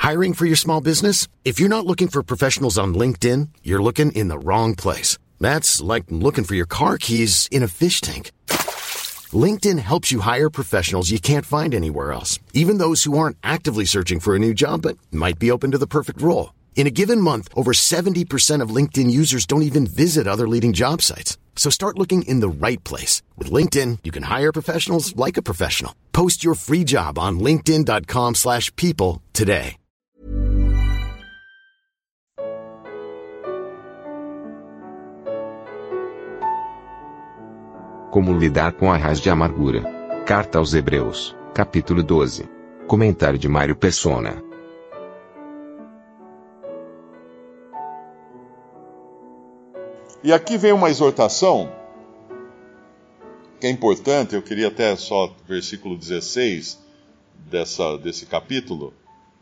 Hiring for your small business? If you're not looking for professionals on LinkedIn, you're looking in the wrong place. That's like looking for your car keys in a fish tank. LinkedIn helps you hire professionals you can't find anywhere else, even those who aren't actively searching for a new job but might be open to the perfect role. In a given month, over 70% of LinkedIn users don't even visit other leading job sites. So start looking in the right place. With LinkedIn, you can hire professionals like a professional. Post your free job on linkedin.com/people today. Como lidar com a raiz de amargura. Carta aos Hebreus, capítulo 12. Comentário de Mário Persona. E aqui vem uma exortação que é importante. Eu queria até só versículo 16 desse capítulo.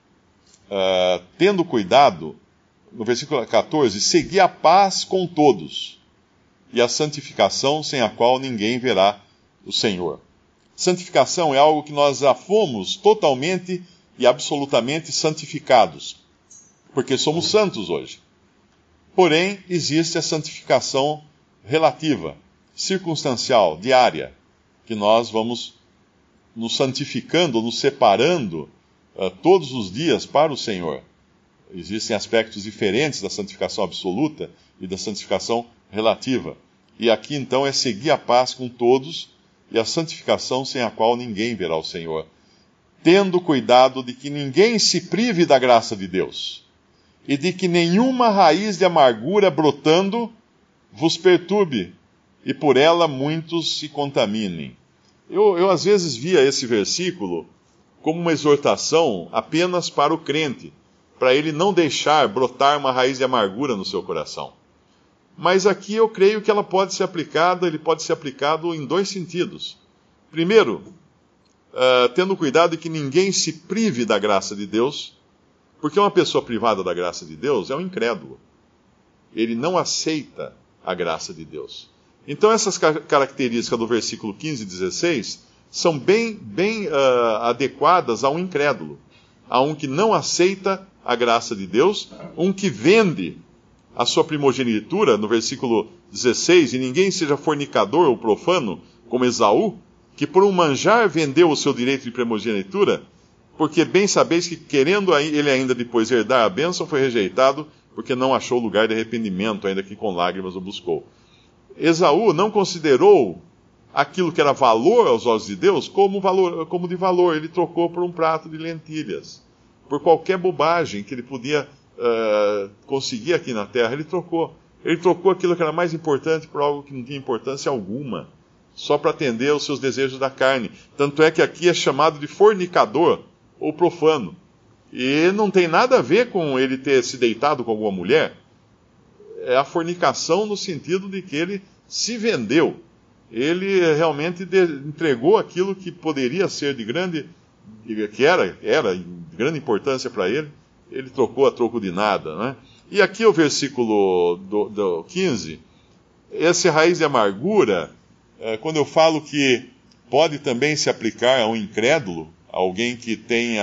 Tendo cuidado, no versículo 14, segui a paz com todos e a santificação, sem a qual ninguém verá o Senhor. Santificação é algo que nós já fomos totalmente e absolutamente santificados, porque somos santos hoje. Porém, existe a santificação relativa, circunstancial, diária, que nós vamos nos santificando, nos separando todos os dias para o Senhor. Existem aspectos diferentes da santificação absoluta e da santificação relativa. E aqui então é seguir a paz com todos e a santificação sem a qual ninguém verá o Senhor, tendo cuidado de que ninguém se prive da graça de Deus, e de que nenhuma raiz de amargura brotando vos perturbe, e por ela muitos se contaminem. Eu às vezes via esse versículo como uma exortação apenas para o crente, para ele não deixar brotar uma raiz de amargura no seu coração. Mas aqui eu creio que ele pode ser aplicado em dois sentidos. Primeiro, tendo cuidado de que ninguém se prive da graça de Deus, porque uma pessoa privada da graça de Deus é um incrédulo. Ele não aceita a graça de Deus. Então essas características do versículo 15 e 16 são bem adequadas a um incrédulo, a um que não aceita a graça de Deus, um que vende a sua primogenitura, no versículo 16, e ninguém seja fornicador ou profano, como Esaú, que por um manjar vendeu o seu direito de primogenitura, porque bem sabeis que, querendo ele ainda depois herdar a bênção, foi rejeitado, porque não achou lugar de arrependimento, ainda que com lágrimas o buscou. Esaú não considerou aquilo que era valor aos olhos de Deus como de valor. Ele trocou por um prato de lentilhas, por qualquer bobagem que ele podia conseguir aqui na terra. Ele trocou aquilo que era mais importante por algo que não tinha importância alguma, só para atender aos seus desejos da carne. Tanto é que aqui é chamado de fornicador ou profano. E não tem nada a ver com ele ter se deitado com alguma mulher. É a fornicação no sentido de que ele se vendeu. Ele realmente entregou aquilo que poderia ser que era de grande importância para ele. Ele trocou a troco de nada, né? E aqui o versículo do 15, essa raiz de amargura, quando eu falo que pode também se aplicar a um incrédulo, alguém que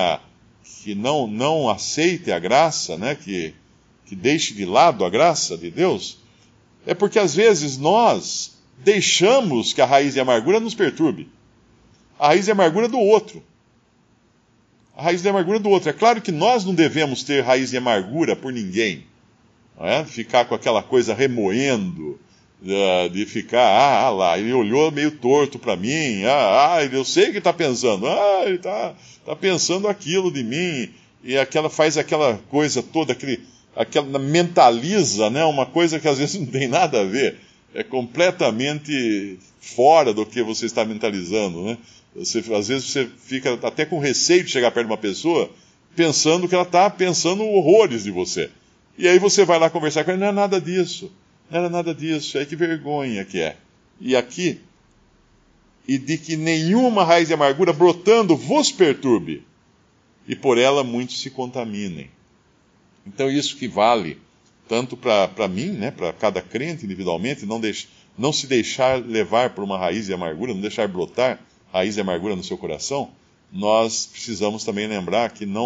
não aceite a graça, né? Que deixe de lado a graça de Deus, é porque às vezes nós deixamos que a raiz de amargura nos perturbe. A raiz de amargura do outro. A raiz de amargura do outro. É claro que nós não devemos ter raiz de amargura por ninguém. Não é? Ficar com aquela coisa remoendo, de ficar, lá, ele olhou meio torto para mim, eu sei que está pensando, ele está pensando aquilo de mim, e faz aquela coisa toda, mentaliza, né, uma coisa que às vezes não tem nada a ver, é completamente fora do que você está mentalizando, né? Às vezes você fica até com receio de chegar perto de uma pessoa, pensando que ela está pensando horrores de você. E aí você vai lá conversar com ela, não é nada disso, aí que vergonha que é. E aqui, e de que nenhuma raiz de amargura brotando vos perturbe, e por ela muitos se contaminem. Então isso que vale tanto para mim, né, para cada crente individualmente, não se deixar levar por uma raiz de amargura, não deixar brotar raiz de amargura no seu coração. Nós precisamos também lembrar que não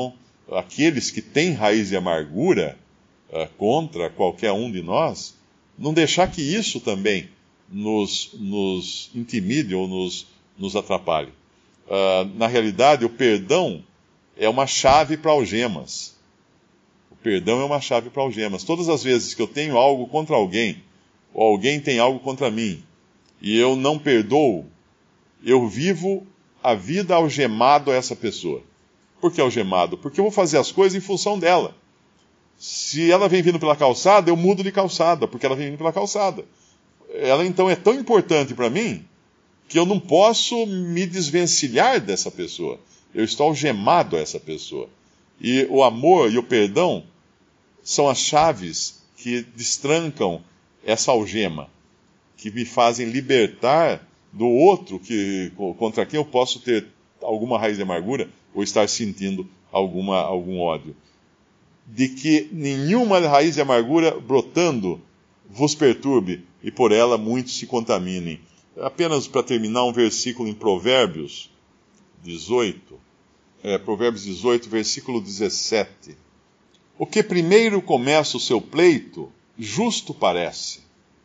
aqueles que têm raiz de amargura contra qualquer um de nós, não deixar que isso também nos intimide ou nos atrapalhe. Na realidade, o perdão é uma chave para algemas. O perdão é uma chave para algemas. Todas as vezes que eu tenho algo contra alguém, ou alguém tem algo contra mim, e eu não perdoo, eu vivo a vida algemado a essa pessoa. Por que algemado? Porque eu vou fazer as coisas em função dela. Se ela vem vindo pela calçada, eu mudo de calçada, porque ela vem vindo pela calçada. Ela então é tão importante para mim que eu não posso me desvencilhar dessa pessoa. Eu estou algemado a essa pessoa. E o amor e o perdão são as chaves que destrancam essa algema, que me fazem libertar do outro contra quem eu posso ter alguma raiz de amargura ou estar sentindo algum ódio. De que nenhuma raiz de amargura brotando vos perturbe e por ela muitos se contaminem. Apenas para terminar, um versículo em Provérbios 18. Provérbios 18, versículo 17. O que primeiro começa o seu pleito, justo parece,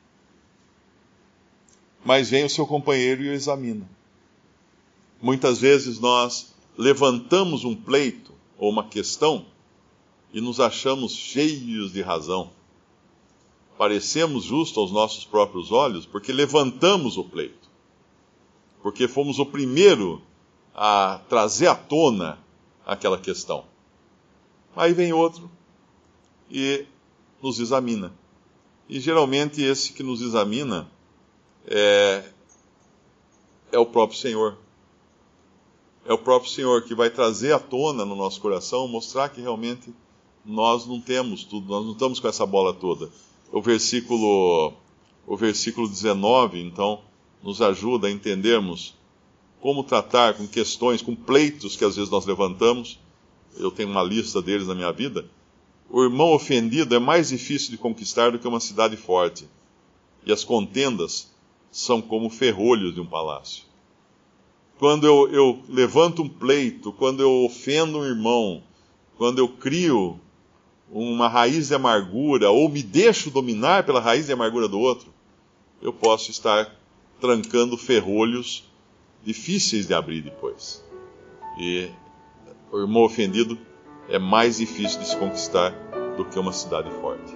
mas vem o seu companheiro e o examina. Muitas vezes nós levantamos um pleito ou uma questão e nos achamos cheios de razão. Parecemos justos aos nossos próprios olhos porque levantamos o pleito, porque fomos o primeiro a trazer à tona aquela questão. Aí vem outro e nos examina. E geralmente esse que nos examina é o próprio Senhor. É o próprio Senhor que vai trazer à tona no nosso coração, mostrar que realmente nós não temos tudo, nós não estamos com essa bola toda. O versículo 19, então, nos ajuda a entendermos como tratar com questões, com pleitos que às vezes nós levantamos. Eu tenho uma lista deles na minha vida. O irmão ofendido é mais difícil de conquistar do que uma cidade forte. E as contendas são como ferrolhos de um palácio. Quando eu levanto um pleito, quando eu ofendo um irmão, quando eu crio uma raiz de amargura, ou me deixo dominar pela raiz de amargura do outro, eu posso estar trancando ferrolhos difíceis de abrir depois. E o irmão ofendido é mais difícil de se conquistar do que uma cidade forte.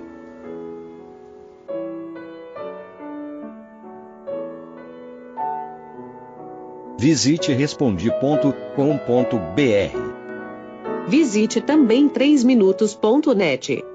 Visite Respondi.com.br. Visite também 3minutos.net.